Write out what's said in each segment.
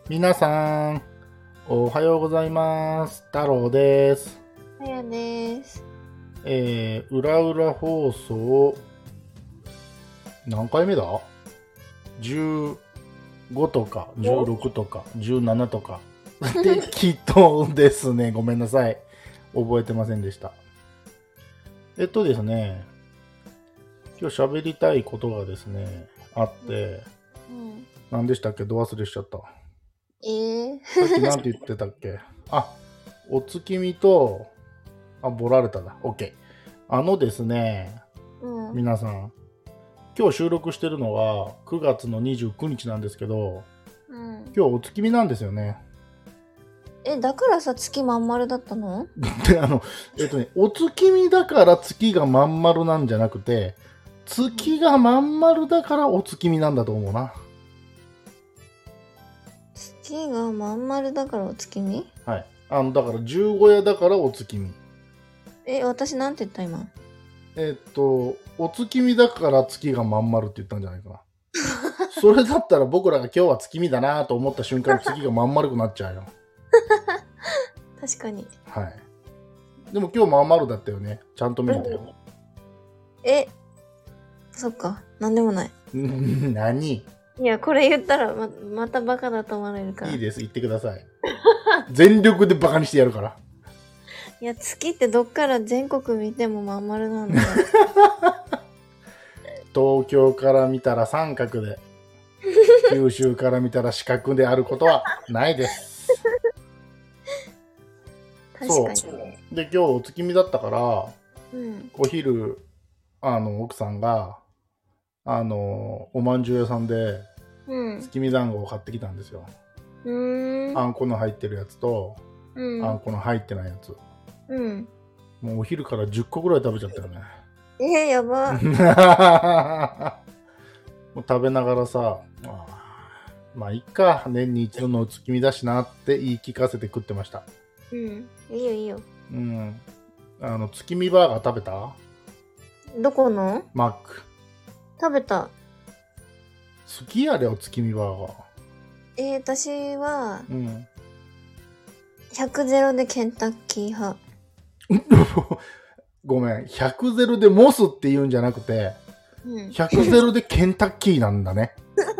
皆さん、おはようございます。太郎です。 はやです。 うらうら放送、何回目だ？ 15 とか、16とか、17とか。適当ですね。ごめんなさい。覚えてませんでした。ですね、今日喋りたいことがですね、あって、何でしたっけ？ど忘れしちゃった。さっき何て言ってたっけ？あ、お月見と、ボラれただ。OK。ですね、皆さん、今日収録してるのは9月の29日なんですけど、今日お月見なんですよね。 だからさ、月まん丸だったの？ で、お月見だから月がまん丸なんじゃなくて、月がまん丸だからお月見なんだと思うな。 月がまん丸だからお月見？ はい。だから十五夜だからお月見。 私なんて言った今？ お月見だから月がまん丸って言ったんじゃないかな。それだったら僕らが今日は月見だなと思った瞬間に月がまん丸くなっちゃうよ。 確かに。 はい。でも今日まん丸だったよね。ちゃんと見えたよ。 そっか。なんでもない。 何？ いや、これ言ったらまたバカだと思われるから。 いいです。言ってください。全力でバカにしてやるから。 いや、月ってどっから全国見てもまん丸なんだよ。 東京から見たら三角で、九州から見たら四角であることはないです。 確かに。 で、今日お月見だったから、お昼、奥さんが、おまんじゅう屋さんで、月見団子を買ってきたんですよ。あんこの入ってるやつと、あんこの入ってないやつ。もうお昼から10個ぐらい食べちゃったよね。 やば。 もう食べながらさ、まあいっか、年に一度のお月見だしなって言い聞かせて食ってました。 いいよいいよ。 月見バーガー食べた？ どこの？ マック。 食べた。 好きやで、お月見バーガー。 私は、100ゼロでケンタッキー派。 ごめん、100ゼロでモスって言うんじゃなくて、100ゼロでケンタッキーなんだね。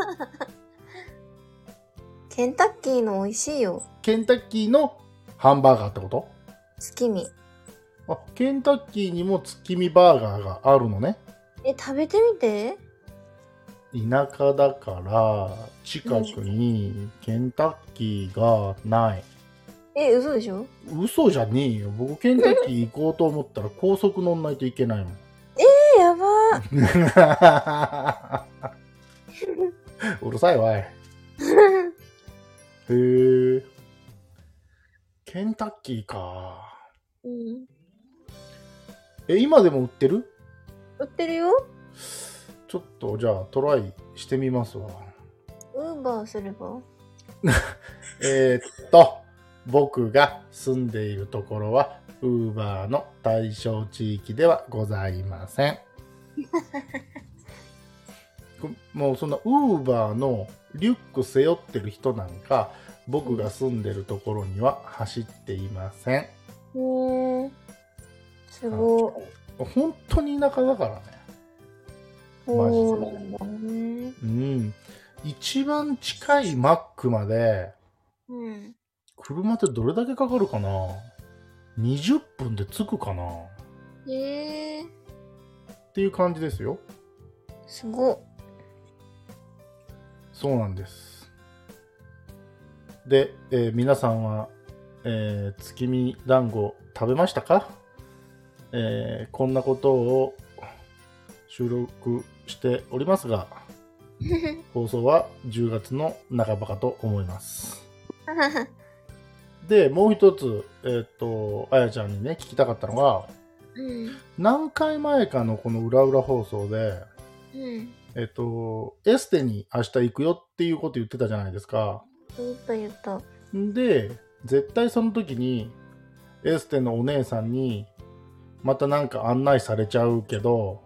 ケンタッキーの美味しいよ。 ケンタッキーのハンバーガーってこと？ 月見。 ケンタッキーにも月見バーガーがあるのね。 食べてみて。 田舎だから近くにケンタッキーがない。 嘘でしょ？ 嘘じゃねえよ。僕ケンタッキー行こうと思ったら高速乗んないといけないもん。 やばー。うるさいわい。へえ。ケンタッキーか。今でも売ってる？ 売ってるよ。 ちょっとじゃあトライしてみますわ。 ウーバーすれば？ 僕が住んでいるところはウーバーの対象地域ではございません。もうそんなウーバーのリュック背負ってる人なんか僕が住んでるところには走っていません。 すごい。 本当に田舎だからね。マジで。一番近いマックまで、車ってどれだけかかるかな？ 20 分で着くかな？っていう感じですよ。 すごっ。 そうなんです。で、皆さんは、月見団子食べましたか？こんなことを収録しておりますが、放送は10月の半ばかと思います。で、もう一つ、あやちゃんにね、聞きたかったのが、何回前かのこの裏裏放送で、エステに明日行くよっていうこと言ってたじゃないですか。 言った。 で、絶対その時に、エステのお姉さんに、またなんか案内されちゃうけど、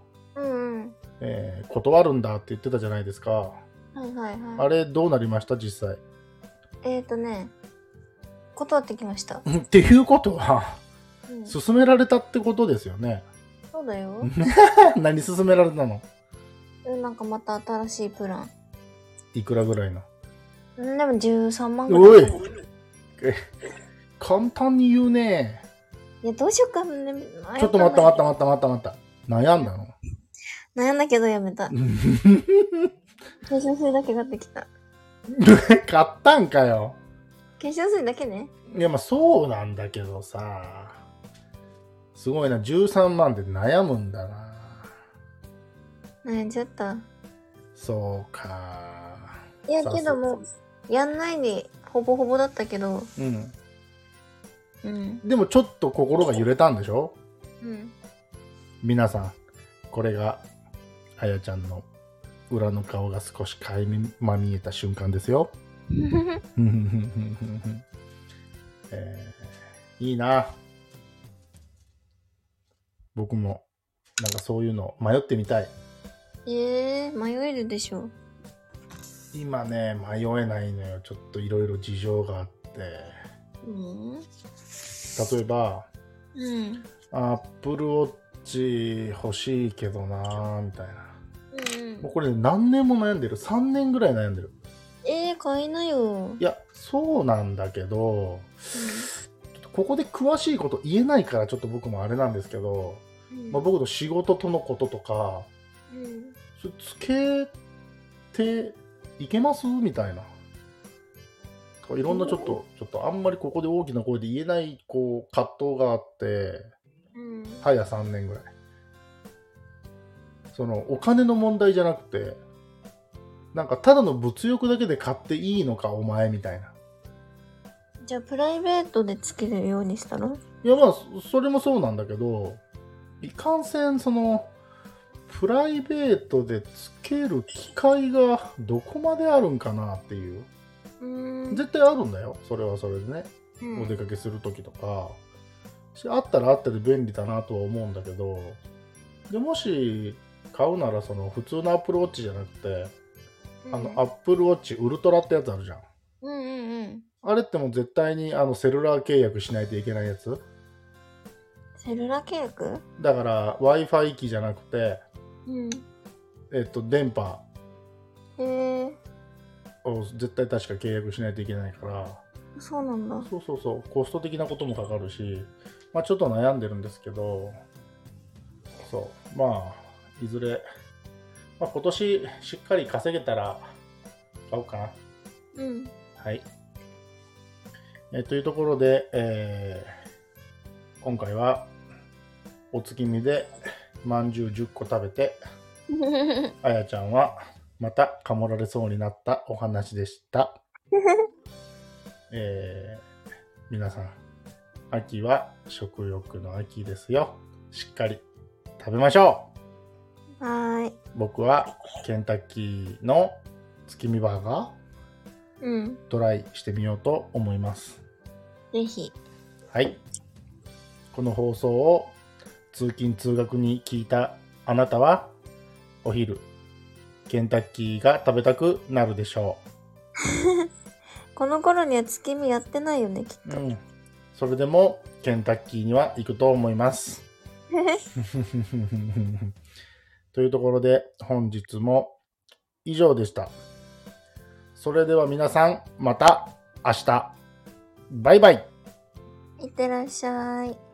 断るんだって言ってたじゃないですか。あれどうなりました実際？ 断ってきました。 っていうことは、 うん、 勧められたってことですよね。 そうだよ。 何勧められたの？ なんかまた新しいプラン。 いくらぐらいの？ でも13万ぐらい。 おい簡単に言うね。 いや、どうしようかね。 ちょっと待った。悩んだの？ 悩んだけどやめた。化粧水だけ買ってきた。 買ったんかよ。 化粧水だけね。 いや、まあそうなんだけどさ。すごいな、13万で悩むんだな。 悩んじゃった。 そうか。 いや、けども、やんないにほぼほぼだったけど。 うん。 うん。 でもちょっと心が揺れたんでしょ？ うん。 皆さん、これが、あやちゃんの裏の顔が少し垣間見えた瞬間ですよ。いいな。僕もなんかそういうの迷ってみたい。 迷えるでしょ。 今ね、迷えないのよ。ちょっといろいろ事情があって。例えば、Apple Watch欲しいけどなーみたいな。もうこれ何年も悩んでる。3年ぐらい悩んでる。 買いなよ。 いや、そうなんだけど、ちょっとここで詳しいこと言えないからちょっと僕もあれなんですけど、僕の仕事とのこととか、それつけていけますみたいな。いろんなちょっとあんまりここで大きな声で言えないこう葛藤があって、早3年ぐらい。そのお金の問題じゃなくて、なんかただの物欲だけで買っていいのかお前みたいな。 じゃあプライベートでつけるようにしたの？ いやまあそれもそうなんだけど、いかんせんそのプライベートでつける機会がどこまであるんかなっていう。絶対あるんだよ。それはそれでね。お出かけするときとか。あったらあったで便利だなとは思うんだけど、でもし買うならその普通の Apple Watch じゃなくて、Apple Watch ウルトラってやつあるじゃん。あれってもう絶対にセルラー契約しないといけないやつ。 セルラー契約？だから Wi-Fi 機じゃなくて、電波を絶対確か契約しないといけないから。 そうなんだ。 そうコスト的なこともかかるし、まあちょっと悩んでるんですけど、そうまあいずれ、まあ、今年しっかり稼げたら買おうかな。はい。というところで、今回はお月見でまんじゅう10個食べてあやちゃんはまたかもられそうになったお話でした。皆さん、秋は食欲の秋ですよ。しっかり食べましょう。僕はケンタッキーの月見バーガー、トライしてみようと思います。 ぜひ。 はい。この放送を通勤通学に聞いたあなたは、お昼ケンタッキーが食べたくなるでしょう。この頃には月見やってないよね、きっと。 それでもケンタッキーには行くと思います。というところで本日も以上でした。それでは皆さんまた明日。バイバイ。 いってらっしゃい。